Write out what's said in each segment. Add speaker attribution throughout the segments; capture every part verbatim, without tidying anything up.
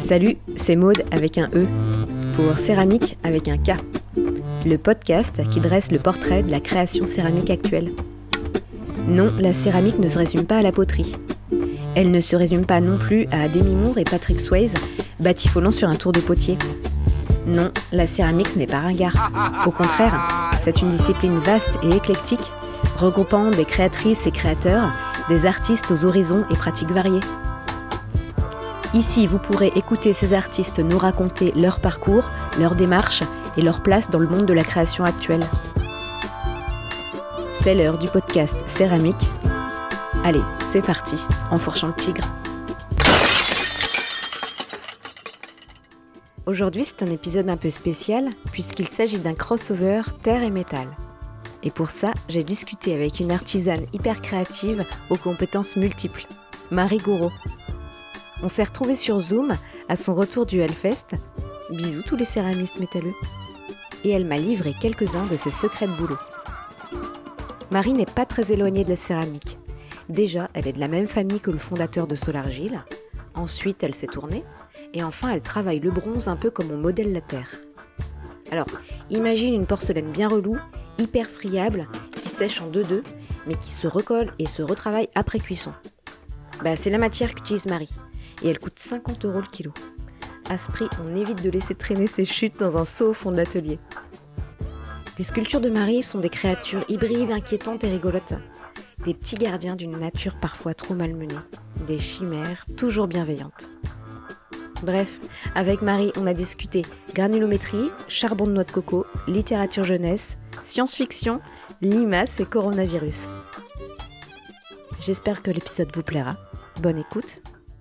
Speaker 1: Salut, c'est Maude avec un E, pour Céramique avec un K, le podcast qui dresse le portrait de la création céramique actuelle. Non, la céramique ne se résume pas à la poterie. Elle ne se résume pas non plus à Demi Moore et Patrick Swayze, batifolant sur un tour de potier. Non, la céramique ce n'est pas ringard. Au contraire, c'est une discipline vaste et éclectique, regroupant des créatrices et créateurs, des artistes aux horizons et pratiques variées. Ici, vous pourrez écouter ces artistes nous raconter leur parcours, leur démarche et leur place dans le monde de la création actuelle. C'est l'heure du podcast Céramique. Allez, c'est parti, enfourchons le tigre. Aujourd'hui, c'est un épisode un peu spécial puisqu'il s'agit d'un crossover terre et métal. Et pour ça, j'ai discuté avec une artisane hyper créative aux compétences multiples, Marie Gouraud. On s'est retrouvés sur Zoom à son retour du Hellfest. Bisous tous les céramistes métalleux. Et elle m'a livré quelques-uns de ses secrets de boulot. Marie n'est pas très éloignée de la céramique. Déjà, elle est de la même famille que le fondateur de Solargile. Ensuite, elle s'est tournée. Et enfin, elle travaille le bronze un peu comme on modèle la terre. Alors, imagine une porcelaine bien relou, hyper friable, qui sèche en deux deux, mais qui se recolle et se retravaille après cuisson. Bah, c'est la matière qu'utilise Marie. Et elle coûte cinquante euros le kilo. À ce prix, on évite de laisser traîner ses chutes dans un seau au fond de l'atelier. Les sculptures de Marie sont des créatures hybrides, inquiétantes et rigolotes. Des petits gardiens d'une nature parfois trop malmenée. Des chimères toujours bienveillantes. Bref, avec Marie, on a discuté granulométrie, charbon de noix de coco, littérature jeunesse, science-fiction, limaces et coronavirus. J'espère que l'épisode vous plaira. Bonne écoute.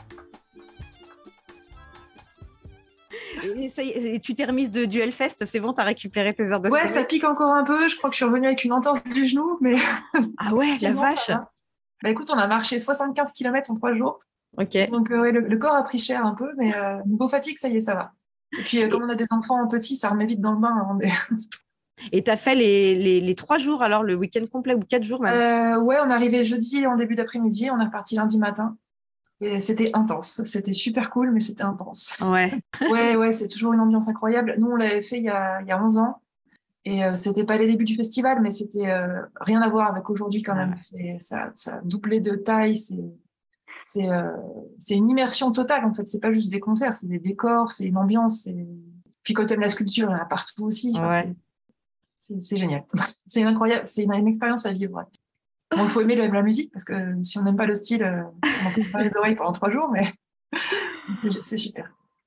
Speaker 1: Et, ça y est, tu t'es remise de, du Hellfest, c'est bon, t'as récupéré tes heures de sommeil?
Speaker 2: Ouais, ça pique encore un peu. Je crois que je suis revenue avec une entorse du genou, mais...
Speaker 1: Ah ouais, la vache.
Speaker 2: Bah écoute, on a marché soixante-quinze kilomètres en trois jours.
Speaker 1: Ok.
Speaker 2: Donc euh, ouais, le, le corps a pris cher un peu, mais euh, niveau fatigue, ça y est, ça va. Et puis, euh, comme on a des enfants petits, ça remet vite dans le bain. Hein, mais...
Speaker 1: Et t'as fait les, les, les trois jours, alors le week-end complet ou quatre jours même?
Speaker 2: euh, Ouais, on est arrivé jeudi en début d'après-midi, on est reparti lundi matin. Et c'était intense. C'était super cool, mais c'était intense.
Speaker 1: Ouais.
Speaker 2: ouais, ouais, c'est toujours une ambiance incroyable. Nous, on l'avait fait il y a, il y a onze ans. Et euh, c'était pas les débuts du festival, mais c'était euh, rien à voir avec aujourd'hui quand même. Ouais. C'est, ça, ça a doublé de taille. C'est, c'est, euh, c'est une immersion totale en fait. C'est pas juste des concerts, c'est des décors, c'est une ambiance. C'est... Puis quand t'aimes la sculpture, il y en a partout aussi. Enfin,
Speaker 1: ouais.
Speaker 2: c'est, c'est, c'est génial. C'est une incroyable, c'est une, une expérience à vivre. Ouais. Bon, il faut aimer la musique parce que si on n'aime pas le style, euh, on en coupe pas les oreilles pendant trois jours, mais c'est, c'est super.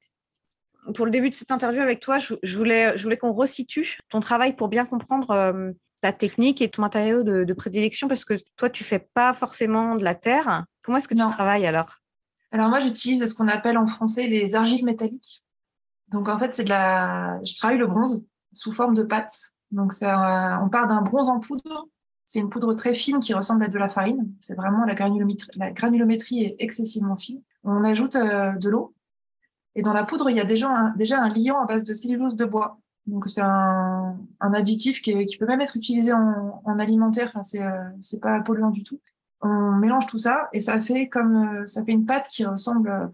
Speaker 1: Pour le début de cette interview avec toi, je, je, voulais, je voulais qu'on resitue ton travail pour bien comprendre euh, ta technique et ton matériau de, de prédilection, parce que toi, tu ne fais pas forcément de la terre. Comment est-ce que
Speaker 2: non.
Speaker 1: tu travailles alors?
Speaker 2: Alors moi, j'utilise ce qu'on appelle en français les argiles métalliques. Donc en fait, c'est de la... je travaille le bronze sous forme de pâte. Donc ça, on part d'un bronze en poudre. C'est une poudre très fine qui ressemble à de la farine. C'est vraiment la granulométrie, la granulométrie est excessivement fine. On ajoute euh, de l'eau. Et dans la poudre, il y a déjà un, déjà un liant à base de cellulose de bois. Donc, c'est un, un additif qui, est, qui peut même être utilisé en, en alimentaire. Enfin, c'est, euh, c'est pas polluant du tout. On mélange tout ça et ça fait comme, euh, ça fait une pâte qui ressemble, euh,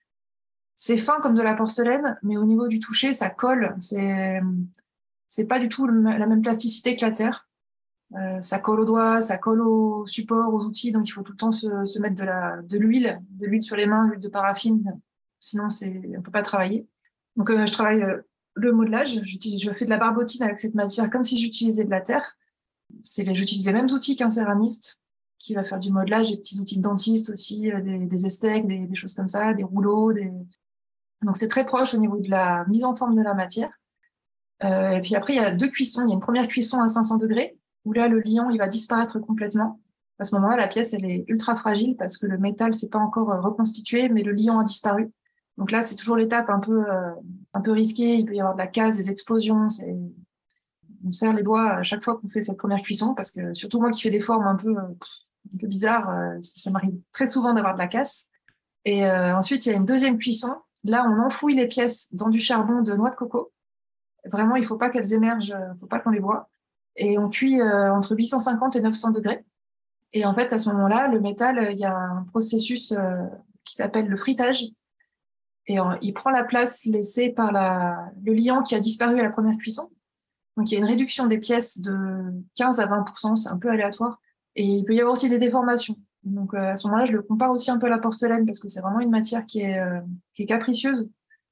Speaker 2: c'est fin comme de la porcelaine, mais au niveau du toucher, ça colle. C'est, c'est pas du tout le, la même plasticité que la terre. Euh, ça colle aux doigts, ça colle au support, aux outils. Donc, il faut tout le temps se, se mettre de la, de l'huile, de l'huile sur les mains, de l'huile de paraffine. Sinon, c'est, on ne peut pas travailler. Donc, euh, je travaille euh, le modelage. J'utilise, je fais de la barbotine avec cette matière comme si j'utilisais de la terre. C'est les, j'utilise les mêmes outils qu'un céramiste qui va faire du modelage, des petits outils de dentiste aussi, euh, des, des estecs, des, des choses comme ça, des rouleaux. Des... Donc, c'est très proche au niveau de la mise en forme de la matière. Euh, et puis après, il y a deux cuissons. Il y a une première cuisson à cinq cents degrés où là, le liant, il va disparaître complètement. À ce moment-là, la pièce, elle est ultra fragile parce que le métal s'est pas encore reconstitué, mais le liant a disparu. Donc là, c'est toujours l'étape un peu, euh, un peu risquée. Il peut y avoir de la casse, des explosions. C'est... On serre les doigts à chaque fois qu'on fait cette première cuisson parce que surtout moi qui fais des formes un peu, un peu bizarres, euh, ça, ça m'arrive très souvent d'avoir de la casse. Et euh, ensuite, il y a une deuxième cuisson. Là, on enfouit les pièces dans du charbon de noix de coco. Vraiment, il ne faut pas qu'elles émergent, il ne faut pas qu'on les voit. Et on cuit euh, entre huit cent cinquante et neuf cents degrés. Et en fait, à ce moment-là, le métal, il y a un processus euh, qui s'appelle le frittage. et euh, il prend la place laissée par la, le liant qui a disparu à la première cuisson. Donc, il y a une réduction des pièces de quinze à vingt pour cent, c'est un peu aléatoire. Et il peut y avoir aussi des déformations. Donc, euh, à ce moment-là, je le compare aussi un peu à la porcelaine parce que c'est vraiment une matière qui est, euh, qui est capricieuse.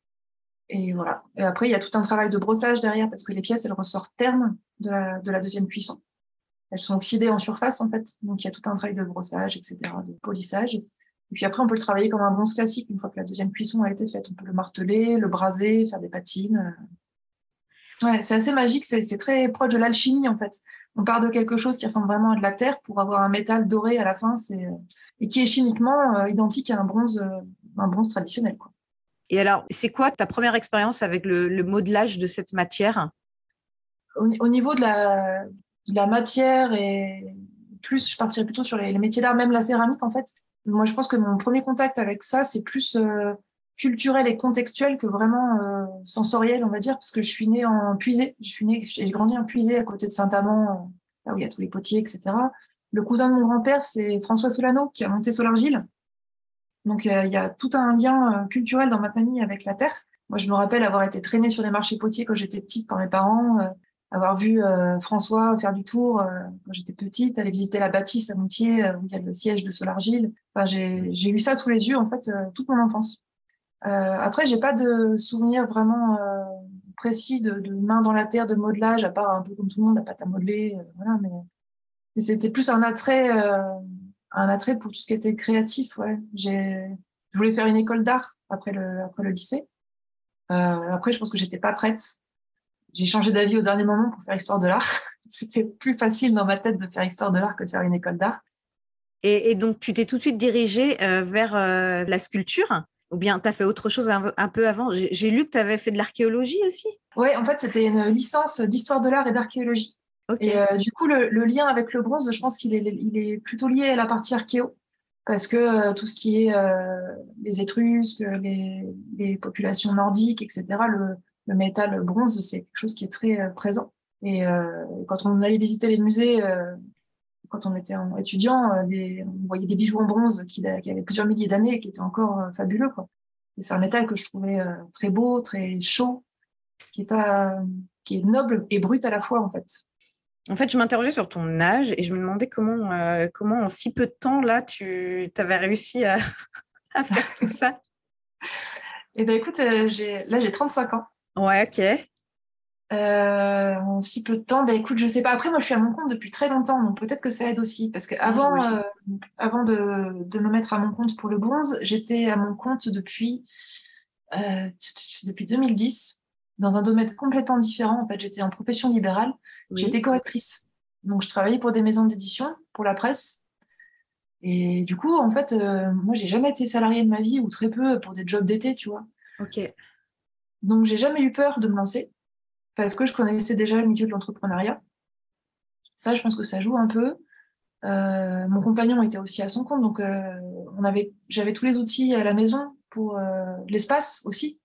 Speaker 2: Et voilà. Et après, il y a tout un travail de brossage derrière parce que les pièces, elles ressortent ternes de la, de la deuxième cuisson. Elles sont oxydées en surface, en fait. Donc, il y a tout un travail de brossage, et cetera, de polissage. Et puis après, on peut le travailler comme un bronze classique une fois que la deuxième cuisson a été faite. On peut le marteler, le braser, faire des patines. Ouais, c'est assez magique, c'est, c'est très proche de l'alchimie en fait. On part de quelque chose qui ressemble vraiment à de la terre pour avoir un métal doré à la fin, c'est, et qui est chimiquement euh, identique à un bronze, euh, un bronze traditionnel, quoi.
Speaker 1: Et alors, c'est quoi ta première expérience avec le, le modelage de cette matière?
Speaker 2: Au, au niveau de la, de la matière et plus, je partirais plutôt sur les, les métiers d'art, même la céramique en fait. Moi, je pense que mon premier contact avec ça, c'est plus euh, culturel et contextuel que vraiment euh, sensoriel, on va dire, parce que je suis née en Puisée. Je suis née, j'ai grandi en Puisée à côté de Saint-Amand, euh, là où il y a tous les potiers, et cetera. Le cousin de mon grand-père, c'est François Solano, qui a monté Solargile. Donc, euh, il y a tout un lien euh, culturel dans ma famille avec la terre. Moi, je me rappelle avoir été traînée sur les marchés potiers quand j'étais petite par mes parents, euh, avoir vu euh, François faire du tour euh, quand j'étais petite, aller visiter la bâtisse à Moutier, euh, où il y a le siège de Solargile. Enfin, j'ai, j'ai eu ça sous les yeux, en fait, euh, toute mon enfance. Euh, après, j'ai pas de souvenir vraiment euh, précis de, de main dans la terre, de modelage, à part un peu comme tout le monde, la pâte à modeler, euh, voilà. Mais, mais c'était plus un attrait, euh, un attrait pour tout ce qui était créatif. Ouais, j'ai, je voulais faire une école d'art après le, après le lycée. Euh, après, je pense que j'étais pas prête. J'ai changé d'avis au dernier moment pour faire histoire de l'art. C'était plus facile dans ma tête de faire histoire de l'art que de faire une école d'art.
Speaker 1: Et, et donc, tu t'es tout de suite dirigée euh, vers euh, la sculpture? Ou bien tu as fait autre chose un, un peu avant? J'ai, j'ai lu que tu avais fait de l'archéologie aussi.
Speaker 2: Ouais, en fait, c'était une licence d'histoire de l'art et d'archéologie.
Speaker 1: Ok.
Speaker 2: Et euh, du coup, le, le lien avec le bronze, je pense qu'il est, il est plutôt lié à la partie archéo, parce que euh, tout ce qui est euh, les Étrusques, les, les populations nordiques, et cetera, le, le métal bronze, c'est quelque chose qui est très euh, présent. Et euh, quand on allait visiter les musées, euh, quand on était en étudiant, euh, des, on voyait des bijoux en bronze qui, qui avaient plusieurs milliers d'années et qui étaient encore euh, fabuleux, quoi. Et c'est un métal que je trouvais euh, très beau, très chaud, qui est pas, qui est noble et brut à la fois, en fait.
Speaker 1: En fait, je m'interrogeais sur ton âge et je me demandais comment, euh, comment en si peu de temps, là, tu avais réussi à, à faire tout ça.
Speaker 2: Eh ben écoute, euh, j'ai, là j'ai trente-cinq ans.
Speaker 1: Ouais, ok.
Speaker 2: Euh, en si peu de temps, ben écoute, je sais pas. Après, moi, je suis à mon compte depuis très longtemps, donc peut-être que ça aide aussi. Parce
Speaker 1: Ah,
Speaker 2: qu'avant,
Speaker 1: ouais.
Speaker 2: euh, avant de, de me mettre à mon compte pour le bronze, j'étais à mon compte depuis, euh, depuis deux mille dix, dans un domaine complètement différent. En fait, j'étais en profession libérale. J'étais
Speaker 1: Oui.
Speaker 2: correctrice. Donc, je travaillais pour des maisons d'édition, pour la presse. Et du coup, en fait, euh, moi, j'ai jamais été salariée de ma vie, ou très peu, pour des jobs d'été, tu vois.
Speaker 1: Ok.
Speaker 2: Donc, j'ai jamais eu peur de me lancer, parce que je connaissais déjà le milieu de l'entrepreneuriat. Ça, je pense que ça joue un peu. Euh, mon compagnon était aussi à son compte, donc euh, on avait, j'avais tous les outils à la maison pour euh, l'espace aussi.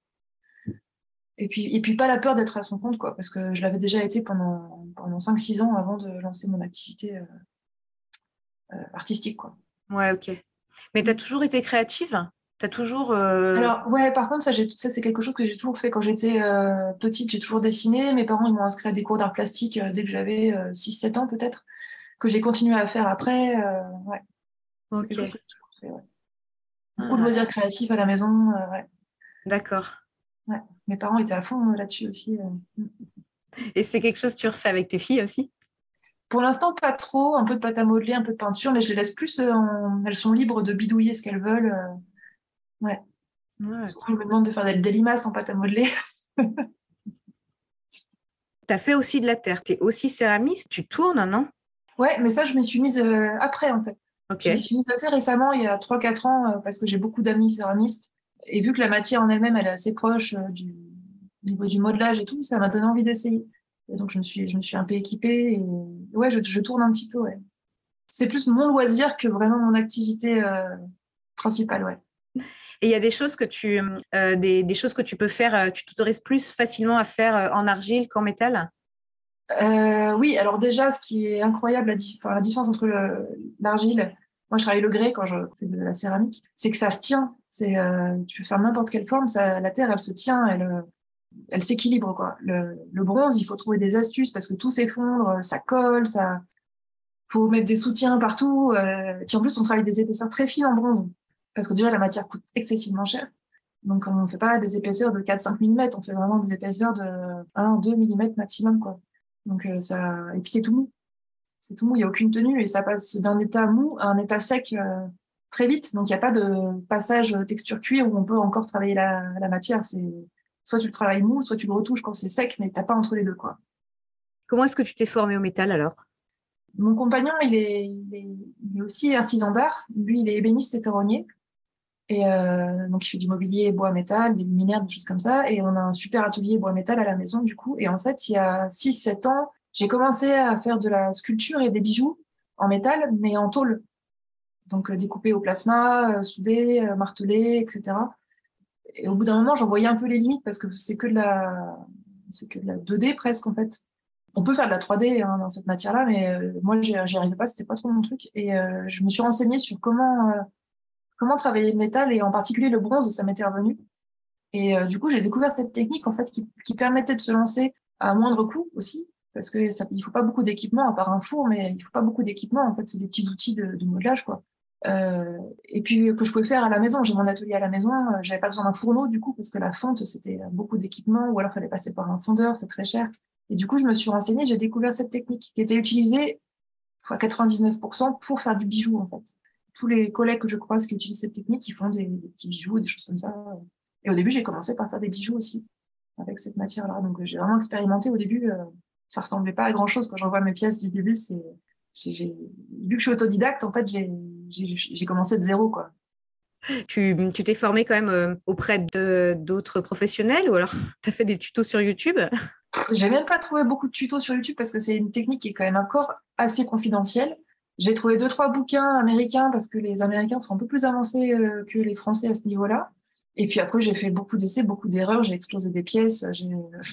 Speaker 2: Et puis, et puis pas la peur d'être à son compte, quoi, parce que je l'avais déjà été pendant, pendant cinq six ans avant de lancer mon activité euh, euh, artistique, quoi.
Speaker 1: Ouais, ok. Mais tu as toujours été créative? Tu as toujours... euh,
Speaker 2: Alors, ouais, par contre, ça, j'ai, ça c'est quelque chose que j'ai toujours fait quand j'étais euh, petite. J'ai toujours dessiné. Mes parents, ils m'ont inscrit à des cours d'art plastique euh, dès que j'avais euh, six sept ans, peut-être, que j'ai continué à faire après. Euh, ouais, c'est quelque chose
Speaker 1: Ok.
Speaker 2: que j'ai toujours fait, ouais. Beaucoup de
Speaker 1: Ah,
Speaker 2: loisirs créatifs à la maison. Euh, ouais.
Speaker 1: d'accord.
Speaker 2: Ouais. Mes parents étaient à fond euh, là-dessus aussi. euh.
Speaker 1: Et c'est quelque chose que tu refais avec tes filles aussi?
Speaker 2: Pour l'instant, pas trop. Un peu de pâte à modeler, un peu de peinture, mais je les laisse plus. euh, en- Elles sont libres de bidouiller ce qu'elles veulent. euh. Ouais.
Speaker 1: Ouais,
Speaker 2: Souvent,
Speaker 1: ok.
Speaker 2: elles me demandent de faire des, des limaces en pâte à modeler.
Speaker 1: Tu as fait aussi de la terre. Tu es aussi céramiste. Tu tournes, non?
Speaker 2: Ouais, mais ça, je m'y suis mise euh, après, en fait.
Speaker 1: Ok.
Speaker 2: Je m'y suis mise assez récemment, il y a trois quatre ans, euh, parce que j'ai beaucoup d'amis céramistes. Et vu que la matière en elle-même, elle est assez proche euh, du au niveau du modelage et tout, ça m'a donné envie d'essayer. Et donc, je me suis, je me suis un peu équipée. Et ouais, je, je tourne un petit peu, ouais. C'est plus mon loisir que vraiment mon activité euh, principale, ouais.
Speaker 1: Et il y a des choses que tu, euh, des, des choses que tu peux faire, euh, tu t'autorises plus facilement à faire euh, en argile qu'en métal?
Speaker 2: Euh, oui, alors déjà, ce qui est incroyable, la, dif- enfin, la différence entre le- l'argile moi je travaille le grès quand je fais de la céramique, c'est que ça se tient. C'est, euh, tu peux faire n'importe quelle forme, ça, la terre, elle se tient, elle, euh, elle s'équilibre, quoi. Le, le bronze, il faut trouver des astuces parce que tout s'effondre, ça colle, ça, faut mettre des soutiens partout. Euh, puis en plus, on travaille des épaisseurs très fines en bronze parce que déjà la matière coûte excessivement cher. Donc on ne fait pas des épaisseurs de quatre à cinq millimètres, on fait vraiment des épaisseurs de un à deux millimètres maximum, quoi. Donc euh, ça, et puis c'est tout mou. C'est tout mou, il n'y a aucune tenue et ça passe d'un état mou à un état sec euh, très vite. Donc il n'y a pas de passage texture cuir où on peut encore travailler la, la matière. C'est soit tu le travailles mou, soit tu le retouches quand c'est sec, mais t'as pas entre les deux, quoi.
Speaker 1: Comment est-ce que tu t'es formée au métal alors?
Speaker 2: Mon compagnon, il est, il est, il est aussi artisan d'art. Lui, il est ébéniste et ferronnier. Et euh, donc, il fait du mobilier bois métal, des luminaires, des choses comme ça. Et on a un super atelier bois métal à la maison, du coup. Et en fait, il y a six sept ans, j'ai commencé à faire de la sculpture et des bijoux en métal, mais en tôle. Donc, euh, découpés au plasma, euh, soudés, euh, martelés, et cetera. Et au bout d'un moment, j'en voyais un peu les limites parce que c'est que de la, c'est que de la deux D presque, en fait. On peut faire de la trois D hein, dans cette matière-là, mais euh, moi, j'y j'y arrivais pas, c'était pas trop mon truc. Et euh, je me suis renseignée sur comment, euh, comment travailler le métal et en particulier le bronze, ça m'était revenu. Et euh, du coup, j'ai découvert cette technique en fait qui, qui permettait de se lancer à moindre coût aussi, parce que ça, il faut pas beaucoup d'équipement à part un four, mais il faut pas beaucoup d'équipement. En fait, c'est des petits outils de, de modelage, quoi. Euh, et puis que je pouvais faire à la maison. J'ai mon atelier à la maison. Euh, j'avais pas besoin d'un fourneau du coup parce que la fonte c'était beaucoup d'équipement, ou alors fallait passer par un fondeur, c'est très cher. Et du coup, je me suis renseignée, j'ai découvert cette technique qui était utilisée à quatre-vingt-dix-neuf pour cent pour faire du bijou en fait. Tous les collègues que je croise qui utilisent cette technique, ils font des, des petits bijoux, des choses comme ça. Et au début, j'ai commencé par faire des bijoux aussi avec cette matière-là. Donc j'ai vraiment expérimenté au début. Euh, ça ressemblait pas à grand-chose quand j'envoie mes pièces du début. C'est j'ai, j'ai, vu que je suis autodidacte, en fait, j'ai, j'ai, j'ai commencé de zéro, quoi.
Speaker 1: Tu, tu t'es formée quand même euh, auprès de, d'autres professionnels ou alors tu as fait des tutos sur YouTube?
Speaker 2: J'ai même pas trouvé beaucoup de tutos sur YouTube parce que c'est une technique qui est quand même encore assez confidentielle. J'ai trouvé deux, trois bouquins américains parce que les Américains sont un peu plus avancés euh, que les Français à ce niveau-là. Et puis après, j'ai fait beaucoup d'essais, beaucoup d'erreurs, j'ai explosé des pièces, j'ai,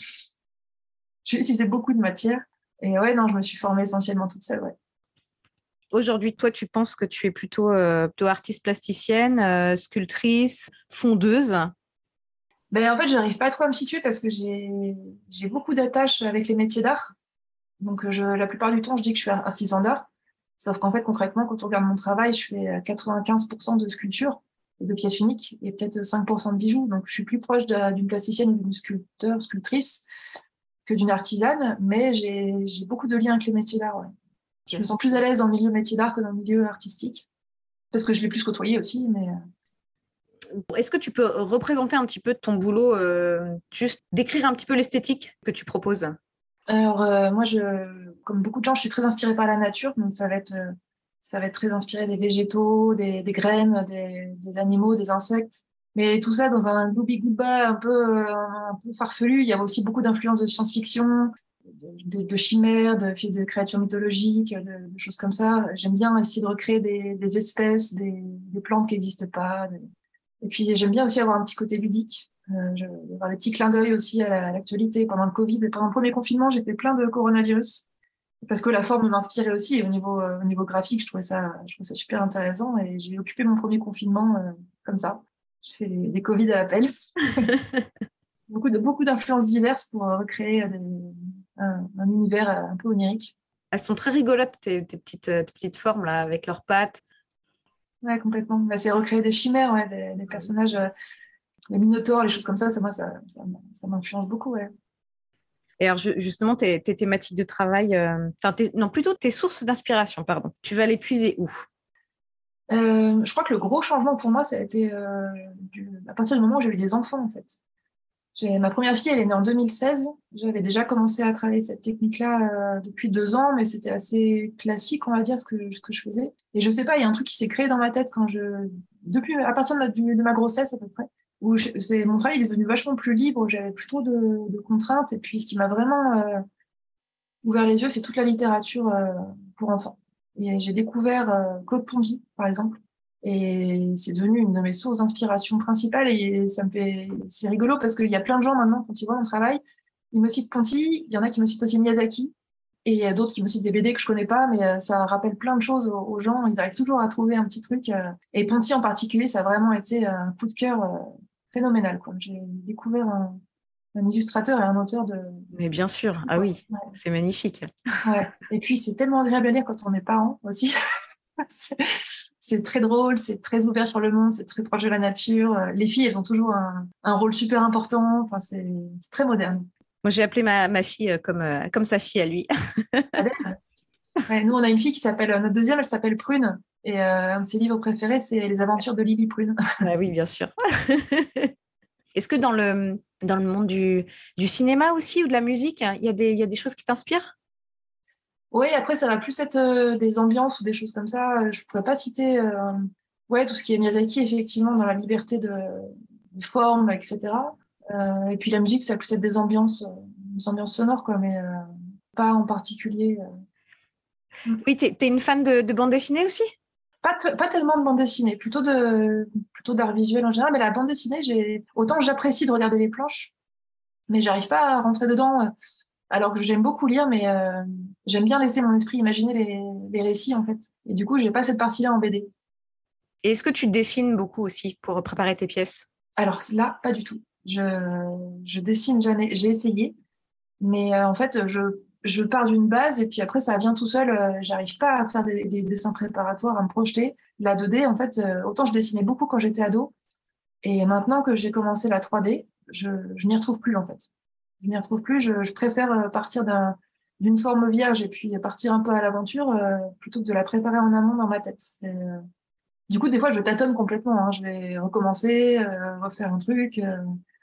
Speaker 2: j'ai utilisé beaucoup de matière. Et ouais, non, je me suis formée essentiellement toute seule, ouais.
Speaker 1: Aujourd'hui, toi, tu penses que tu es plutôt, euh, plutôt artiste plasticienne, euh, sculptrice, fondeuse?
Speaker 2: Ben, en fait, j'arrive pas trop à me situer parce que j'ai, j'ai beaucoup d'attaches avec les métiers d'art. Donc, je, la plupart du temps, je dis que je suis artisan d'art. Sauf qu'en fait, concrètement, quand on regarde mon travail, je fais quatre-vingt-quinze pour cent de sculpture et de pièces uniques et peut-être cinq pour cent de bijoux. Donc, je suis plus proche de, d'une plasticienne ou d'une sculpteur, sculptrice que d'une artisane, mais j'ai, j'ai beaucoup de liens avec les métiers d'art, ouais. Je me sens plus à l'aise dans le milieu métier d'art que dans le milieu artistique. Parce que je l'ai plus côtoyé aussi, mais...
Speaker 1: Est-ce que tu peux représenter un petit peu ton boulot, euh, juste décrire un petit peu l'esthétique que tu proposes?
Speaker 2: Alors, euh, moi, je, comme beaucoup de gens, je suis très inspirée par la nature, donc ça va être, euh, ça va être très inspiré des végétaux, des, des graines, des, des animaux, des insectes. Mais tout ça dans un gloubi-glouba un peu, euh, un peu farfelu. Il y a aussi beaucoup d'influences de science-fiction, de, de chimères, de, de créatures mythologiques, de, de choses comme ça. J'aime bien essayer de recréer des, des espèces, des, des plantes qui n'existent pas. Des... Et puis, j'aime bien aussi avoir un petit côté ludique. Euh, je vais avoir des petits clins d'œil aussi à, la, à l'actualité. Pendant le Covid, pendant le premier confinement, j'ai fait plein de coronavirus parce que la forme m'inspirait aussi. Et au niveau, euh, au niveau graphique, je trouvais ça, je trouvais ça super intéressant et j'ai occupé mon premier confinement euh, comme ça. Je fais des, des Covid à l'appel. beaucoup de, beaucoup d'influences diverses pour euh, recréer des, un, un univers un peu onirique.
Speaker 1: Elles sont très rigolotes, tes, tes, petites, tes petites formes là, avec leurs pattes.
Speaker 2: Ouais, complètement. Bah, c'est recréer des chimères, ouais, des, des personnages, euh, les minotaures, les choses comme ça. Ça, moi, ça, ça, ça m'influence beaucoup, ouais.
Speaker 1: Et alors, justement, tes, tes thématiques de travail, euh, enfin, tes, non, plutôt tes sources d'inspiration, pardon. Tu vas les puiser où?
Speaker 2: euh, Je crois que le gros changement pour moi, ça a été euh, du, à partir du moment où j'ai eu des enfants, en fait. J'ai, ma première fille, elle est née en deux mille seize. J'avais déjà commencé à travailler cette technique-là euh, depuis deux ans, mais c'était assez classique, on va dire, ce que, ce que je faisais. Et je sais pas, il y a un truc qui s'est créé dans ma tête quand je, depuis, à partir de ma, de ma grossesse à peu près, où je, c'est, mon travail est devenu vachement plus libre, j'avais plus trop de, de contraintes. Et puis, ce qui m'a vraiment euh, ouvert les yeux, c'est toute la littérature euh, pour enfants. Et j'ai découvert euh, Claude Ponty, par exemple. Et c'est devenu une de mes sources d'inspiration principales et ça me fait, c'est rigolo parce qu'il y a plein de gens maintenant, quand ils voient mon travail, ils me citent Ponty, il y en a qui me citent aussi Miyazaki. Et il y a d'autres qui ont aussi des B D que je connais pas, mais euh, ça rappelle plein de choses aux, aux gens. Ils arrivent toujours à trouver un petit truc. Euh, et Ponty en particulier, ça a vraiment été un coup de cœur euh, phénoménal, quoi. J'ai découvert un, un illustrateur et un auteur de...
Speaker 1: Mais bien sûr, ah oui,
Speaker 2: Ouais.
Speaker 1: c'est magnifique.
Speaker 2: Ouais. Et puis, c'est tellement agréable à lire quand on est parent aussi. c'est, c'est très drôle, c'est très ouvert sur le monde, c'est très proche de la nature. Les filles, elles ont toujours un, un rôle super important. Enfin, c'est, c'est très moderne.
Speaker 1: Moi, j'ai appelé ma, ma fille comme, euh, comme sa fille à lui.
Speaker 2: Adèle. Ouais, nous, on a une fille qui s'appelle, notre deuxième, elle s'appelle Prune. Et euh, un de ses livres préférés, c'est Les aventures de Lily Prune.
Speaker 1: Ah oui, bien sûr. Est-ce que dans le, dans le monde du, du cinéma aussi ou de la musique, il y a des, il y a des choses qui t'inspirent?
Speaker 2: Oui, après, ça va plus être euh, des ambiances ou des choses comme ça. Je pourrais pas citer euh, ouais, tout ce qui est Miyazaki, effectivement, dans la liberté de, de forme, et cetera. Euh, et puis la musique, ça va plus être des ambiances, euh, des ambiances sonores, quoi, mais euh, pas en particulier. Euh.
Speaker 1: Oui, tu es une fan de, de bande dessinée aussi?
Speaker 2: Pas, t- pas tellement de bande dessinée, plutôt de plutôt d'art visuel en général, mais la bande dessinée, j'ai autant j'apprécie de regarder les planches, mais j'arrive pas à rentrer dedans. euh, Alors que j'aime beaucoup lire, mais euh, j'aime bien laisser mon esprit imaginer les, les récits, en fait. Et du coup, j'ai pas cette partie-là en B D.
Speaker 1: Et est-ce que tu dessines beaucoup aussi pour préparer tes pièces?
Speaker 2: Alors là, pas du tout. Je, je dessine jamais. J'ai essayé, mais euh, en fait, je, je pars d'une base et puis après, ça vient tout seul. Euh, j'arrive pas à faire des, des dessins préparatoires, à me projeter. La deux D, en fait, euh, autant je dessinais beaucoup quand j'étais ado, et maintenant que j'ai commencé la trois D, je, je m'y retrouve plus, en fait. Je m'y retrouve plus. Je, je préfère euh, partir d'un, d'une forme vierge et puis partir un peu à l'aventure euh, plutôt que de la préparer en amont dans ma tête. C'est, euh, Du coup, des fois, je tâtonne complètement. Hein. Je vais recommencer, euh, refaire un truc. Euh.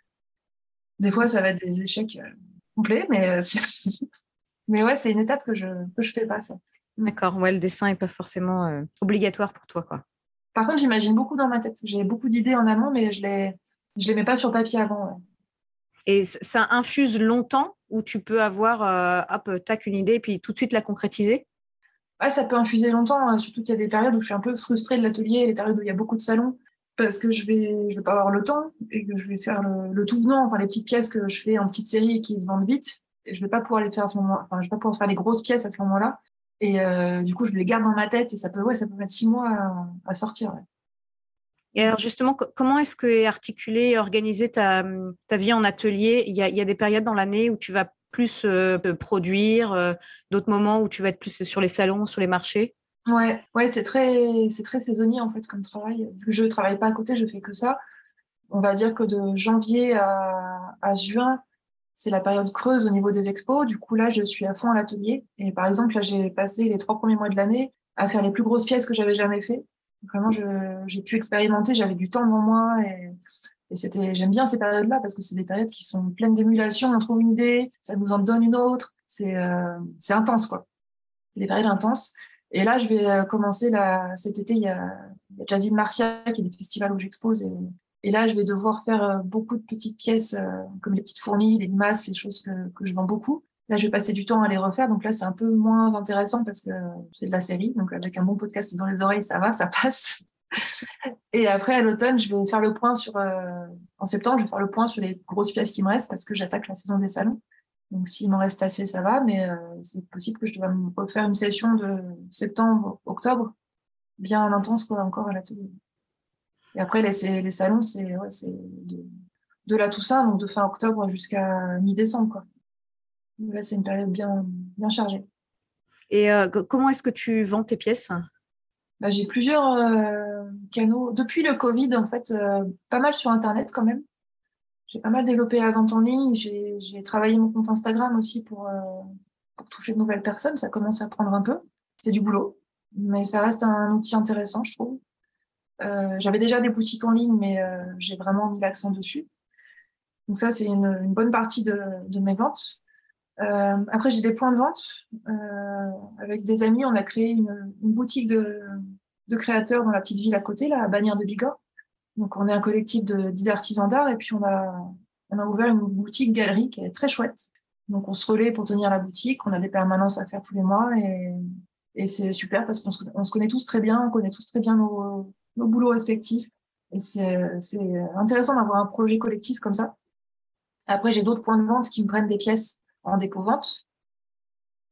Speaker 2: Des fois, ça va être des échecs euh, complets, mais, euh, c'est- mais ouais, c'est une étape que je que je fais pas, ça. Mm.
Speaker 1: D'accord, ouais, le dessin n'est pas forcément euh, obligatoire pour toi, quoi.
Speaker 2: Par contre, j'imagine beaucoup dans ma tête. J'ai beaucoup d'idées en amont, mais je les je les mets pas sur papier avant. Ouais.
Speaker 1: Et c- ça infuse longtemps ou tu peux avoir, euh, hop, tac, une idée et puis tout de suite la concrétiser?
Speaker 2: Ouais, ça peut infuser longtemps, hein, surtout qu'il y a des périodes où je suis un peu frustrée de l'atelier, les périodes où il y a beaucoup de salons, parce que je vais, je vais pas avoir le temps et que je vais faire le, le tout venant, enfin les petites pièces que je fais en petites séries et qui se vendent vite, et je vais pas pouvoir les faire à ce moment, enfin je vais pas pouvoir faire les grosses pièces à ce moment-là, et euh, du coup je les garde dans ma tête et ça peut, ouais, ça peut mettre six mois à, à sortir. Ouais.
Speaker 1: Et alors justement, co- comment est-ce que est articulée et organisée ta, ta vie en atelier? Il y a, il y a des périodes dans l'année où tu vas plus euh, produire, euh, d'autres moments où tu vas être plus sur les salons, sur les marchés?
Speaker 2: Ouais, ouais, c'est très, c'est très saisonnier en fait comme travail. Vu que je travaille pas à côté, je fais que ça. On va dire que de janvier à, à juin, c'est la période creuse au niveau des expos. Du coup, là, je suis à fond à l'atelier. Et par exemple, là, j'ai passé les trois premiers mois de l'année à faire les plus grosses pièces que j'avais jamais fait. Vraiment, je, j'ai pu expérimenter, j'avais du temps devant moi et, et c'était, j'aime bien ces périodes-là parce que c'est des périodes qui sont pleines d'émulation. On trouve une idée, ça nous en donne une autre. C'est, euh, c'est intense, quoi. C'est des périodes intenses. Et là, je vais euh, commencer là, cet été, il y a, il y a Jazzy de Marcia, qui est des festivals où j'expose. Et, et là, je vais devoir faire euh, beaucoup de petites pièces, euh, comme les petites fourmis, les limaces, les choses que, que je vends beaucoup. Là, je vais passer du temps à les refaire. Donc là, c'est un peu moins intéressant parce que c'est de la série. Donc avec un bon podcast dans les oreilles, ça va, ça passe. Et après, à l'automne, je vais faire le point sur... euh, en septembre, je vais faire le point sur les grosses pièces qui me restent parce que j'attaque la saison des salons. Donc, s'il m'en reste assez, ça va, mais euh, c'est possible que je dois me refaire une session de septembre, octobre, bien intense, quoi, encore à l'atelier. Et après, les, les salons, c'est ouais, c'est de, de la Toussaint, donc de fin octobre jusqu'à mi-décembre, quoi. Donc là, c'est une période bien, bien chargée.
Speaker 1: Et euh, co- comment est-ce que tu vends tes pièces?
Speaker 2: Bah, j'ai plusieurs euh, canaux. Depuis le Covid, en fait, euh, pas mal sur Internet quand même. J'ai pas mal développé la vente en ligne. J'ai, j'ai travaillé mon compte Instagram aussi pour, euh, pour toucher de nouvelles personnes. Ça commence à prendre un peu. C'est du boulot, mais ça reste un outil intéressant, je trouve. Euh, j'avais déjà des boutiques en ligne, mais euh, j'ai vraiment mis l'accent dessus. Donc ça, c'est une, une bonne partie de, de mes ventes. Euh, après, j'ai des points de vente. Euh, avec des amis, on a créé une, une boutique de, de créateurs dans la petite ville à côté, là, à Bagnères de Bigorre. Donc, on est un collectif de dix artisans d'art et puis on a, on a ouvert une boutique galerie qui est très chouette. Donc, on se relaie pour tenir la boutique. On a des permanences à faire tous les mois et, et c'est super parce qu'on se, on se connaît tous très bien. On connaît tous très bien nos, nos boulots respectifs. Et c'est, c'est intéressant d'avoir un projet collectif comme ça. Après, j'ai d'autres points de vente qui me prennent des pièces en dépôt-vente.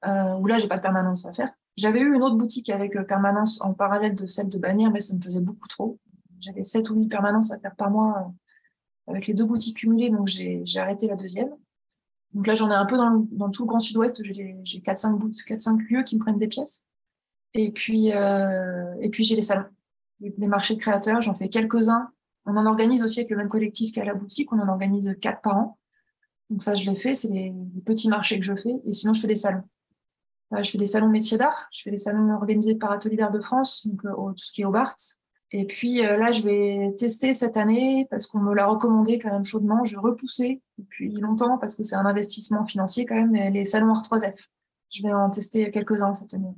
Speaker 2: euh, où là, j'ai pas de permanence à faire. J'avais eu une autre boutique avec euh, permanence en parallèle de celle de Bagnères, mais ça me faisait beaucoup trop. J'avais sept ou huit permanences à faire par mois euh, avec les deux boutiques cumulées, donc j'ai, j'ai arrêté la deuxième. Donc là, j'en ai un peu dans, le- dans tout le Grand Sud-Ouest. J'ai, j'ai quatre cinq quatre cinq lieux qui me prennent des pièces. Et puis, euh, et puis j'ai les salons, les marchés de créateurs. J'en fais quelques-uns. On en organise aussi avec le même collectif qu'à la boutique. On en organise quatre par an. Donc ça, je l'ai fait. C'est les, les petits marchés que je fais. Et sinon, je fais des salons. Euh, je fais des salons métiers d'art. Je fais des salons organisés par Atelier d'art de France, donc euh, tout ce qui est au Bart. Et puis euh, là, je vais tester cette année parce qu'on me l'a recommandé quand même chaudement. Je repoussais depuis longtemps parce que c'est un investissement financier quand même, mais les salons R trois F. Je vais en tester quelques-uns cette année.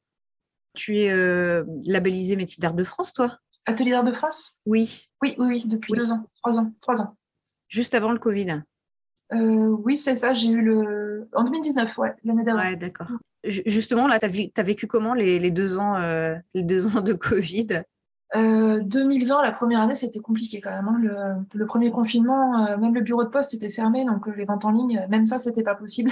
Speaker 1: Tu es euh, labellisé métier d'art de France, toi?
Speaker 2: Atelier d'art de France?
Speaker 1: Oui.
Speaker 2: Oui, oui, oui, depuis
Speaker 1: Oui.
Speaker 2: deux ans, trois ans, trois ans.
Speaker 1: Juste avant le Covid.
Speaker 2: Euh, oui, c'est ça, j'ai eu le... En deux mille dix-neuf, ouais, l'année d'avant.
Speaker 1: Ouais, d'accord. Ju- Justement, là, tu as vécu comment les, les deux ans, euh, les deux ans de Covid?
Speaker 2: Euh, deux mille vingt, la première année, c'était compliqué quand même, hein. Le, le premier confinement, euh, même le bureau de poste était fermé, donc euh, les ventes en ligne, même ça, c'était pas possible.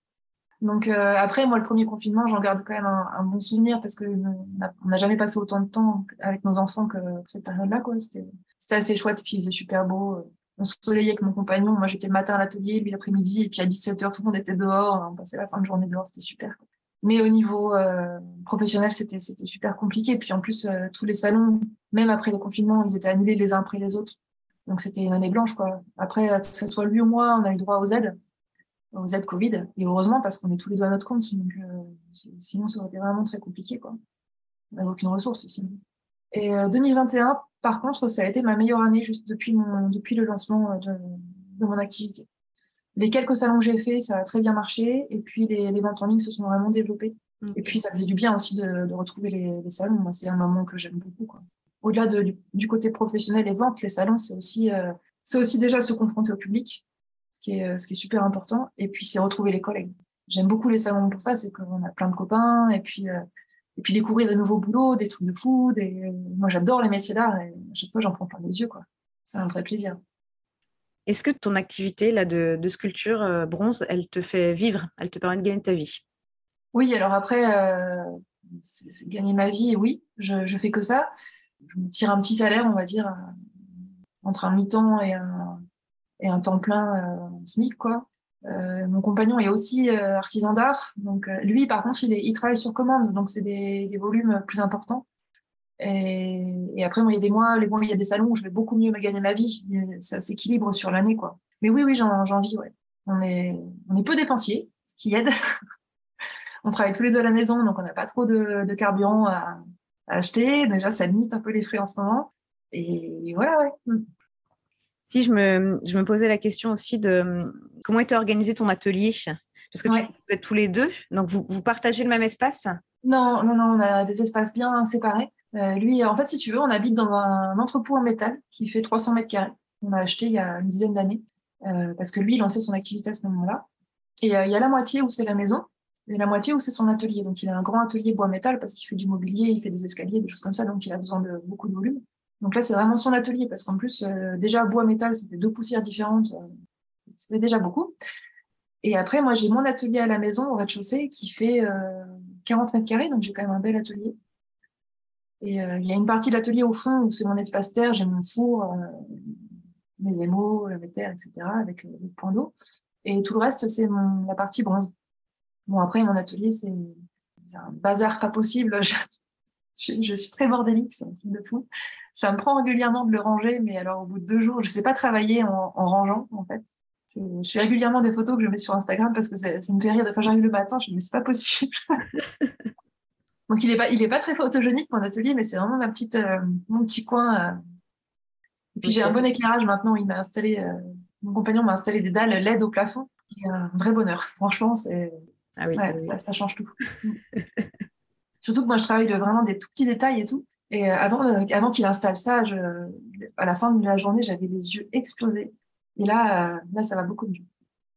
Speaker 2: Donc euh, après, moi, le premier confinement, j'en garde quand même un, un bon souvenir parce que euh, on n'a jamais passé autant de temps avec nos enfants que cette période-là, quoi. C'était, c'était assez chouette, puis il faisait super beau. On se soleillait avec mon compagnon. Moi, j'étais le matin à l'atelier, lui l'après-midi, et puis à dix-sept heures, tout le monde était dehors. On passait la fin de journée dehors, c'était super, quoi. Mais au niveau euh, professionnel, c'était c'était super compliqué. Puis en plus, euh, tous les salons, même après les confinements, ils étaient annulés les uns après les autres. Donc c'était une année blanche, quoi. Après, que ce soit lui ou moi, on a eu droit aux aides aux aides Covid. Et heureusement, parce qu'on est tous les deux à notre compte. Donc, euh, sinon, ça aurait été vraiment très compliqué, quoi. On n'avait aucune ressource, sinon. Et euh, deux mille vingt et un, par contre, ça a été ma meilleure année juste depuis, mon, depuis le lancement de, de mon activité. Les quelques salons que j'ai faits, ça a très bien marché. Et puis, les, les ventes en ligne se sont vraiment développées. Okay. Et puis, ça faisait du bien aussi de, de retrouver les, les salons. Moi, c'est un moment que j'aime beaucoup, quoi. Au-delà de, du, du côté professionnel et vente, les salons, c'est aussi, euh, c'est aussi déjà se confronter au public, ce qui est, ce qui est super important. Et puis, c'est retrouver les collègues. J'aime beaucoup les salons pour ça, c'est qu'on a plein de copains, et puis, euh, et puis découvrir des nouveaux boulots, des trucs de fou. Des... Moi, j'adore les métiers d'art, et à chaque fois, j'en prends plein les yeux, quoi. C'est un vrai plaisir.
Speaker 1: Est-ce que ton activité là, de, de sculpture euh, bronze, elle te fait vivre, elle te permet de gagner ta vie?
Speaker 2: Oui, alors après, euh, c'est, c'est gagner ma vie, oui, je, je fais que ça. Je me tire un petit salaire, on va dire, euh, entre un mi-temps et un, et un temps plein euh, SMIC, quoi. Euh, mon compagnon est aussi euh, artisan d'art, donc euh, lui, par contre, il, est, il travaille sur commande, donc c'est des, des volumes plus importants. Et, et après, moi, il y a des mois, les mois, il y a des salons où je vais beaucoup mieux me gagner ma vie. Ça s'équilibre sur l'année, quoi. Mais oui, oui, j'en, j'en vis, ouais. On est, on est peu dépensiers, ce qui aide. On travaille tous les deux à la maison, donc on n'a pas trop de, de carburant à, à acheter. Déjà, ça limite un peu les frais en ce moment. Et voilà, ouais.
Speaker 1: Si je me, je me posais la question aussi de comment était organisé ton atelier, parce que
Speaker 2: Ouais.
Speaker 1: tu, vous êtes tous les deux, donc vous, vous partagez le même espace?
Speaker 2: Non, non, non, on a des espaces bien séparés. Euh, lui, en fait, si tu veux, on habite dans un entrepôt en métal qui fait trois cents mètres carrés. On a acheté il y a une dizaine d'années, euh, parce que lui, il lançait son activité à ce moment-là. Et euh, il y a la moitié où c'est la maison, et la moitié où c'est son atelier. Donc, il a un grand atelier bois-métal parce qu'il fait du mobilier, il fait des escaliers, des choses comme ça, donc il a besoin de beaucoup de volume. Donc là, c'est vraiment son atelier, parce qu'en plus, euh, déjà, bois-métal, c'était deux poussières différentes, euh, c'était déjà beaucoup. Et après, moi, j'ai mon atelier à la maison, au rez-de-chaussée, qui fait euh, quarante mètres carrés, donc j'ai quand même un bel atelier. Et euh, il y a une partie de l'atelier au fond où c'est mon espace terre, j'ai mon four, euh, mes émaux, mes terres, et cetera, avec euh, le point d'eau. Et tout le reste, c'est mon, la partie bronze. Bon, après, mon atelier, c'est un bazar pas possible. Je, je, je suis très bordélique, c'est un truc de fou. Ça me prend régulièrement de le ranger, mais alors au bout de deux jours, je sais pas travailler en, en rangeant, en fait. C'est, je fais régulièrement des photos que je mets sur Instagram parce que ça, ça me fait rire. Enfin, j'arrive le matin, je me dis, mais c'est pas possible. Donc, il est pas, il est pas très photogénique, mon atelier, mais c'est vraiment ma petite, euh, mon petit coin. Euh. Et puis, okay. J'ai un bon éclairage maintenant. Il m'a installé, euh, mon compagnon m'a installé des dalles L E D au plafond. Et un vrai bonheur. Franchement, c'est,
Speaker 1: ah oui,
Speaker 2: ouais,
Speaker 1: oui.
Speaker 2: Ça, ça change tout. Surtout que moi, je travaille de vraiment des tout petits détails et tout. Et euh, avant, de, avant qu'il installe ça, je, à la fin de la journée, j'avais les yeux explosés. Et là, euh, là, ça va beaucoup mieux.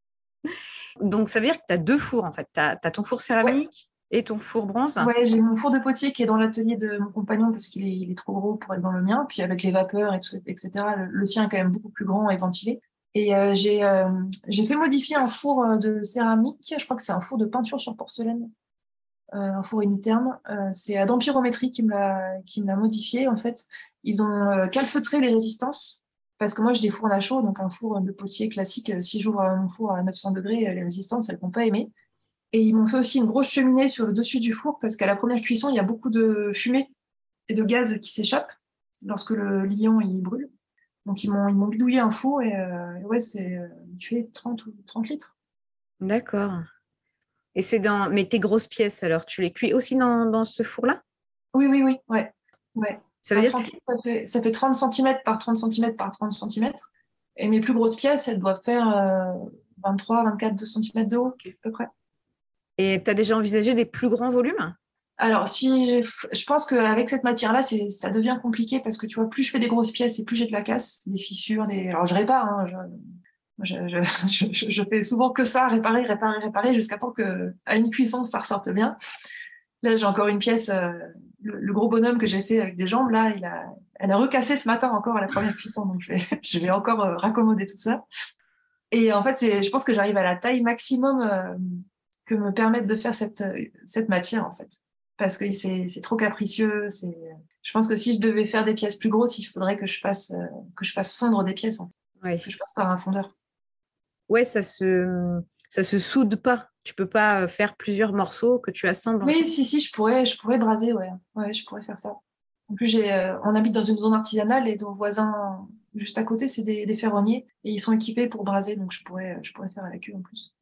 Speaker 1: Donc, ça veut dire que tu as deux fours, en fait. Tu as ton four céramique ouais. et ton four bronze.
Speaker 2: Ouais, j'ai mon four de potier qui est dans l'atelier de mon compagnon parce qu'il est, il est trop gros pour être dans le mien. Puis avec les vapeurs, et tout, et cetera, le, le sien est quand même beaucoup plus grand et ventilé. Et euh, j'ai euh, j'ai fait modifier un four euh, de céramique. Je crois que c'est un four de peinture sur porcelaine, euh, un four unitherme. Euh, c'est Adampirométrie qui me l'a qui me l'a modifié. En fait, ils ont euh, calfeutré les résistances parce que moi, j'ai des fours à chaud, donc un four de potier classique. euh, Si j'ouvre mon four à neuf cents degrés, euh, les résistances, elles vont pas aimer. Et ils m'ont fait aussi une grosse cheminée sur le dessus du four parce qu'à la première cuisson, il y a beaucoup de fumée et de gaz qui s'échappent lorsque le liant il brûle. Donc ils m'ont ils m'ont bidouillé un four et, euh, et ouais, c'est euh, il fait trente ou trente litres.
Speaker 1: D'accord. Et c'est dans... Mais tes grosses pièces, alors, tu les cuis aussi dans, dans ce four-là?
Speaker 2: Oui, oui, oui, ouais. Ouais.
Speaker 1: Ça veut
Speaker 2: Un
Speaker 1: dire que
Speaker 2: trente
Speaker 1: tu...
Speaker 2: litres, ça fait, ça fait trente centimètres par trente centimètres par trente centimètres. Et mes plus grosses pièces, elles doivent faire euh, vingt-trois, vingt-quatre, deux centimètres de haut, à
Speaker 1: Ok.
Speaker 2: peu près.
Speaker 1: Et tu as déjà envisagé des plus grands volumes?
Speaker 2: Alors, si j'ai- je pense qu'avec cette matière-là, c'est, ça devient compliqué parce que tu vois, plus je fais des grosses pièces et plus j'ai de la casse, des fissures, des. Alors, je répare, hein, je, je, je, je, je fais souvent que ça, réparer, réparer, réparer, jusqu'à temps que, à une cuisson, ça ressorte bien. Là, j'ai encore une pièce, euh, le, le gros bonhomme que j'ai fait avec des jambes, là, il a, elle a recassé ce matin encore à la première cuisson, donc je vais, je vais encore euh, raccommoder tout ça. Et en fait, c'est, je pense que j'arrive à la taille maximum euh, que me permettent de faire cette, cette matière, en fait. Parce que c'est, c'est trop capricieux. C'est, je pense que si je devais faire des pièces plus grosses, il faudrait que je fasse, euh, que je fasse fondre des pièces, en fait,
Speaker 1: Oui.
Speaker 2: que je passe par un fondeur.
Speaker 1: Ouais, ça se... ça se soude pas. Tu peux pas faire plusieurs morceaux que tu assembles
Speaker 2: Oui,
Speaker 1: ensemble.
Speaker 2: si, si, je pourrais, je pourrais braser, ouais. Ouais, je pourrais faire ça. En plus, j'ai, euh, on habite dans une zone artisanale et nos voisins juste à côté, c'est des, des ferronniers et ils sont équipés pour braser, donc je pourrais, je pourrais faire avec eux en plus.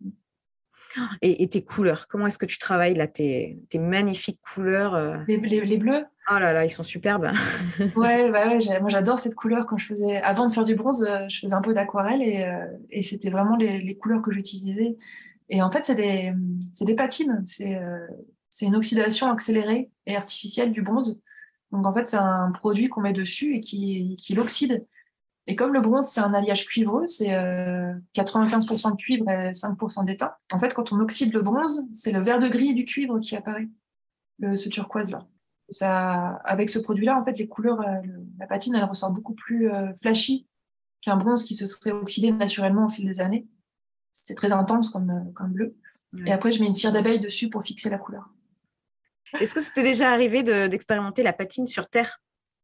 Speaker 1: Et, et tes couleurs, comment est-ce que tu travailles là, tes, tes magnifiques couleurs euh,
Speaker 2: Les, les, les bleus,
Speaker 1: Oh là là, ils sont superbes.
Speaker 2: ouais, bah ouais, j'ai- moi j'adore cette couleur. Quand je faisais, avant de faire du bronze, euh, je faisais un peu d'aquarelle et, euh, et c'était vraiment les, les couleurs que j'utilisais. Et en fait, c'est des, c'est des patines, c'est euh, c'est une oxydation accélérée et artificielle du bronze. Donc en fait, c'est un produit qu'on met dessus et qui, qui l'oxyde. Et comme le bronze, c'est un alliage cuivreux, c'est euh, quatre-vingt-quinze pour cent de cuivre et cinq pour cent d'étain. En fait, quand on oxyde le bronze, c'est le vert de gris du cuivre qui apparaît, le, ce turquoise-là. Et ça, avec ce produit-là, en fait, les couleurs, euh, le- la patine, elle ressort beaucoup plus euh, flashy qu'un bronze qui se serait oxydé naturellement au fil des années. C'est très intense comme, euh, comme bleu. Et
Speaker 1: Ouais.
Speaker 2: après, je mets une cire d'abeille dessus pour fixer la couleur.
Speaker 1: Est-ce que c'était déjà arrivé de- d'expérimenter la patine sur terre?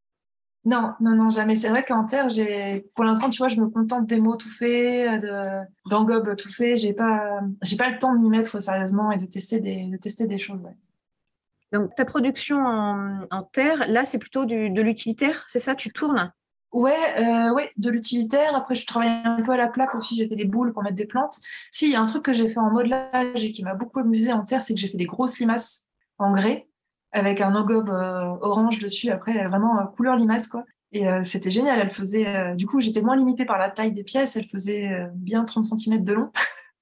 Speaker 2: Non, non, non, jamais. C'est vrai qu'en terre, j'ai, pour l'instant, tu vois, je me contente des mots tout faits, de, d'engobes tout faits. J'ai pas, j'ai pas le temps de m'y mettre sérieusement et de tester des, de tester des choses, ouais.
Speaker 1: Donc, ta production en, en terre, là, c'est plutôt du- de l'utilitaire, c'est ça? Tu tournes?
Speaker 2: Ouais, euh, ouais, de l'utilitaire. Après, je travaille un peu à la plaque aussi. J'ai fait des boules pour mettre des plantes. Si, il y a un truc que j'ai fait en modelage et qui m'a beaucoup amusé en terre, c'est que j'ai fait des grosses limaces en grès avec un engobe euh, orange dessus. Après, vraiment euh, couleur limace, quoi. Et euh, c'était génial. Elle faisait, euh, du coup, j'étais moins limitée par la taille des pièces. Elle faisait euh, bien trente centimètres de long.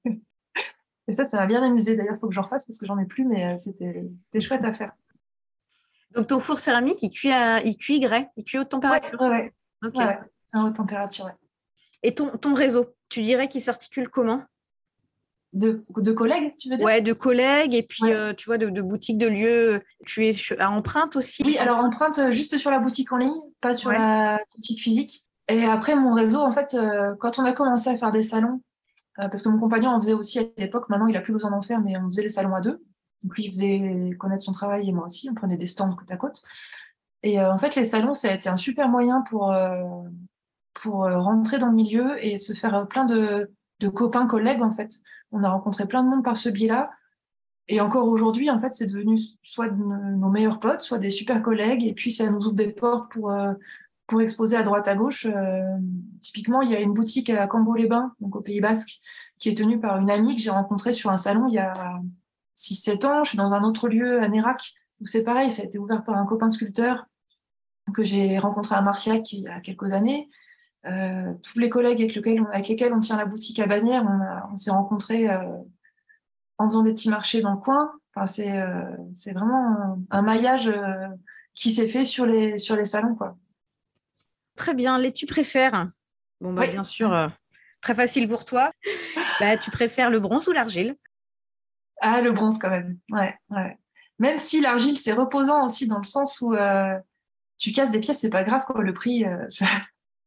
Speaker 2: Et ça, ça m'a bien amusé. D'ailleurs, il faut que j'en refasse parce que j'en ai plus, mais euh, c'était, c'était chouette à faire.
Speaker 1: Donc, ton four céramique, il cuit, à, il cuit grès, il cuit haute
Speaker 2: Ouais,
Speaker 1: température.
Speaker 2: ouais, ouais.
Speaker 1: Ok.
Speaker 2: Ouais, ouais. C'est en haute température, ouais.
Speaker 1: Et ton, ton réseau, tu dirais qu'il s'articule comment?
Speaker 2: De, de collègues, tu veux dire?
Speaker 1: Ouais, de collègues et puis,
Speaker 2: Ouais.
Speaker 1: euh, tu vois, de, de boutiques de lieux. Tu es à empreinte aussi,
Speaker 2: Oui,
Speaker 1: je
Speaker 2: alors
Speaker 1: crois.
Speaker 2: empreinte euh, juste sur la boutique en ligne, pas sur
Speaker 1: Ouais.
Speaker 2: la boutique physique. Et après, mon réseau, en fait, euh, quand on a commencé à faire des salons, euh, parce que mon compagnon en faisait aussi à l'époque, maintenant il a plus besoin d'en faire, mais on faisait les salons à deux. Donc lui, il faisait connaître son travail et moi aussi, on prenait des stands côte à côte. Et euh, en fait, les salons, ça a été un super moyen pour, euh, pour euh, rentrer dans le milieu et se faire euh, plein de, de copains, collègues, en fait. On a rencontré plein de monde par ce biais-là. Et encore aujourd'hui, en fait, c'est devenu soit de nos meilleurs potes, soit des super collègues. Et puis, ça nous ouvre des portes pour, euh, pour exposer à droite, à gauche. Euh, typiquement, il y a une boutique à Cambo-les-Bains, donc au Pays Basque, qui est tenue par une amie que j'ai rencontrée sur un salon il y a six sept ans. Je suis dans un autre lieu à Nérac, où c'est pareil, ça a été ouvert par un copain sculpteur que j'ai rencontré à Marciac il y a quelques années. Euh, tous les collègues avec lesquels, on, avec lesquels on tient la boutique à Bagnères, on, a- on s'est rencontrés euh, en faisant des petits marchés dans le coin. Enfin, c'est euh, c'est vraiment un, un maillage euh, qui s'est fait sur les, sur les salons, quoi.
Speaker 1: Très bien. Les tu préfères? Bon, bah,
Speaker 2: Oui.
Speaker 1: bien sûr, euh, très facile pour toi. Bah, tu préfères le bronze ou l'argile?
Speaker 2: Ah, le bronze, quand même. Ouais, ouais. Même si l'argile, c'est reposant aussi, dans le sens où euh, tu casses des pièces, c'est pas grave, quoi. Le prix, euh, ça,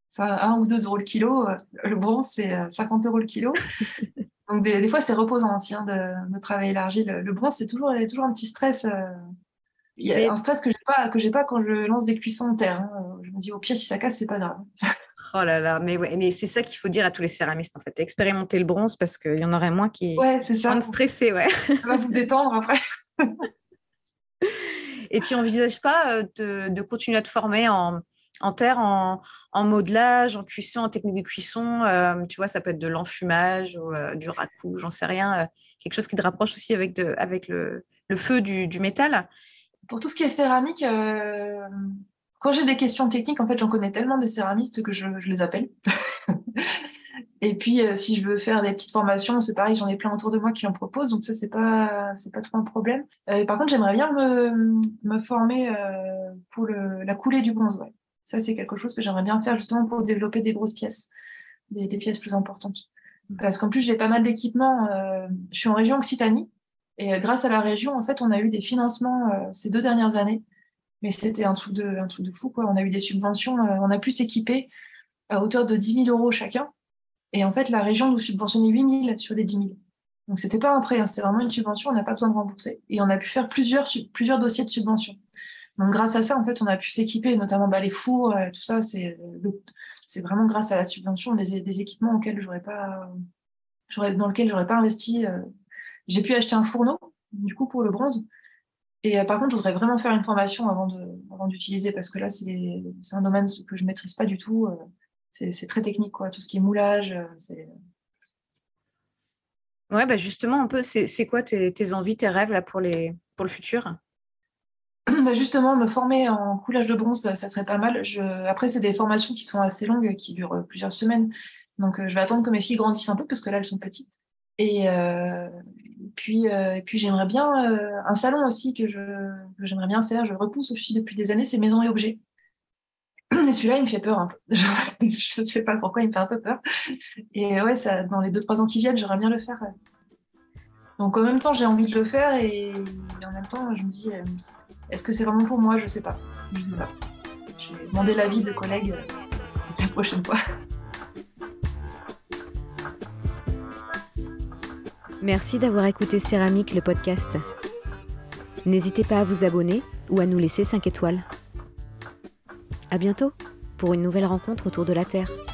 Speaker 2: c'est un ou deux euros le kilo. Le bronze, c'est cinquante euros le kilo. Donc, des, des fois, c'est reposant aussi hein, de, de travailler l'argile. Le bronze, c'est toujours, il y a toujours un petit stress. Euh, il y a mais... un stress que j'ai pas, que j'ai pas quand je lance des cuissons en terre. Hein. Je me dis, au pire, si ça casse, c'est pas grave.
Speaker 3: Oh là là, mais, ouais, mais c'est ça qu'il faut dire à tous les céramistes, en fait. Expérimenter le bronze parce qu'il y en aurait moins qui
Speaker 2: ouais, c'est ça.
Speaker 3: sont stressés. Ouais.
Speaker 2: Ça va vous détendre après.
Speaker 3: Et tu n'envisages pas de, de continuer à te former en, en terre, en, en modelage, en cuisson, en technique de cuisson euh, tu vois, ça peut être de l'enfumage ou euh, du raku, j'en sais rien. Euh, quelque chose qui te rapproche aussi avec, de, avec le, le feu du, du métal.
Speaker 2: Pour tout ce qui est céramique, euh, quand j'ai des questions techniques, en fait, j'en connais tellement des céramistes que je, je les appelle. Et puis, euh, si je veux faire des petites formations, c'est pareil, j'en ai plein autour de moi qui en proposent, donc ça, c'est pas, c'est pas trop un problème. Euh, par contre, j'aimerais bien me, me former euh, pour le, la coulée du bronze. Ouais. Ça, c'est quelque chose que j'aimerais bien faire justement pour développer des grosses pièces, des, des pièces plus importantes. Parce qu'en plus, j'ai pas mal d'équipements. Euh, je suis en région Occitanie, et euh, grâce à la région, en fait, on a eu des financements euh, ces deux dernières années. Mais c'était un truc de, un truc de fou, quoi. On a eu des subventions, euh, on a pu s'équiper à hauteur de dix mille euros chacun. Et en fait, la région nous subventionnait huit mille sur les dix mille. Donc, c'était pas un prêt, hein, c'était vraiment une subvention, on n'a pas besoin de rembourser. Et on a pu faire plusieurs, plusieurs dossiers de subvention. Donc, grâce à ça, en fait, on a pu s'équiper, notamment bah, les fours, euh, tout ça. C'est, c'est vraiment grâce à la subvention des, des équipements auxquels j'aurais pas, j'aurais, dans lesquels j'aurais pas investi. Euh. J'ai pu acheter un fourneau, du coup, pour le bronze. Et euh, par contre, je voudrais vraiment faire une formation avant, de, avant d'utiliser, parce que là, c'est, c'est un domaine que je maîtrise pas du tout. Euh. C'est, c'est très technique, quoi. Tout ce qui est moulage, c'est...
Speaker 3: Ouais, bah justement, un peu, c'est, c'est quoi tes, tes envies, tes rêves là, pour, les, pour le futur?
Speaker 2: Bah justement, me former en coulage de bronze, ça, ça serait pas mal. Je... Après, c'est des formations qui sont assez longues, qui durent plusieurs semaines. Donc, euh, je vais attendre que mes filles grandissent un peu, parce que là, elles sont petites. Et, euh... et, puis, euh... et puis, j'aimerais bien... Euh... Un salon aussi que, je... que j'aimerais bien faire. Je repousse aussi depuis des années, c'est Maisons et Objets. Et celui-là, il me fait peur un peu. Je ne sais pas pourquoi, il me fait un peu peur. Et ouais, ça, dans les deux trois ans qui viennent, j'aimerais bien le faire. Donc en même temps, j'ai envie de le faire et en même temps, je me dis, euh, est-ce que c'est vraiment pour moi? Je ne sais pas. Je sais pas. Je vais demander l'avis de collègues euh, la prochaine fois.
Speaker 1: Merci d'avoir écouté Céramique, le podcast. N'hésitez pas à vous abonner ou à nous laisser cinq étoiles. À bientôt pour une nouvelle rencontre autour de la Terre.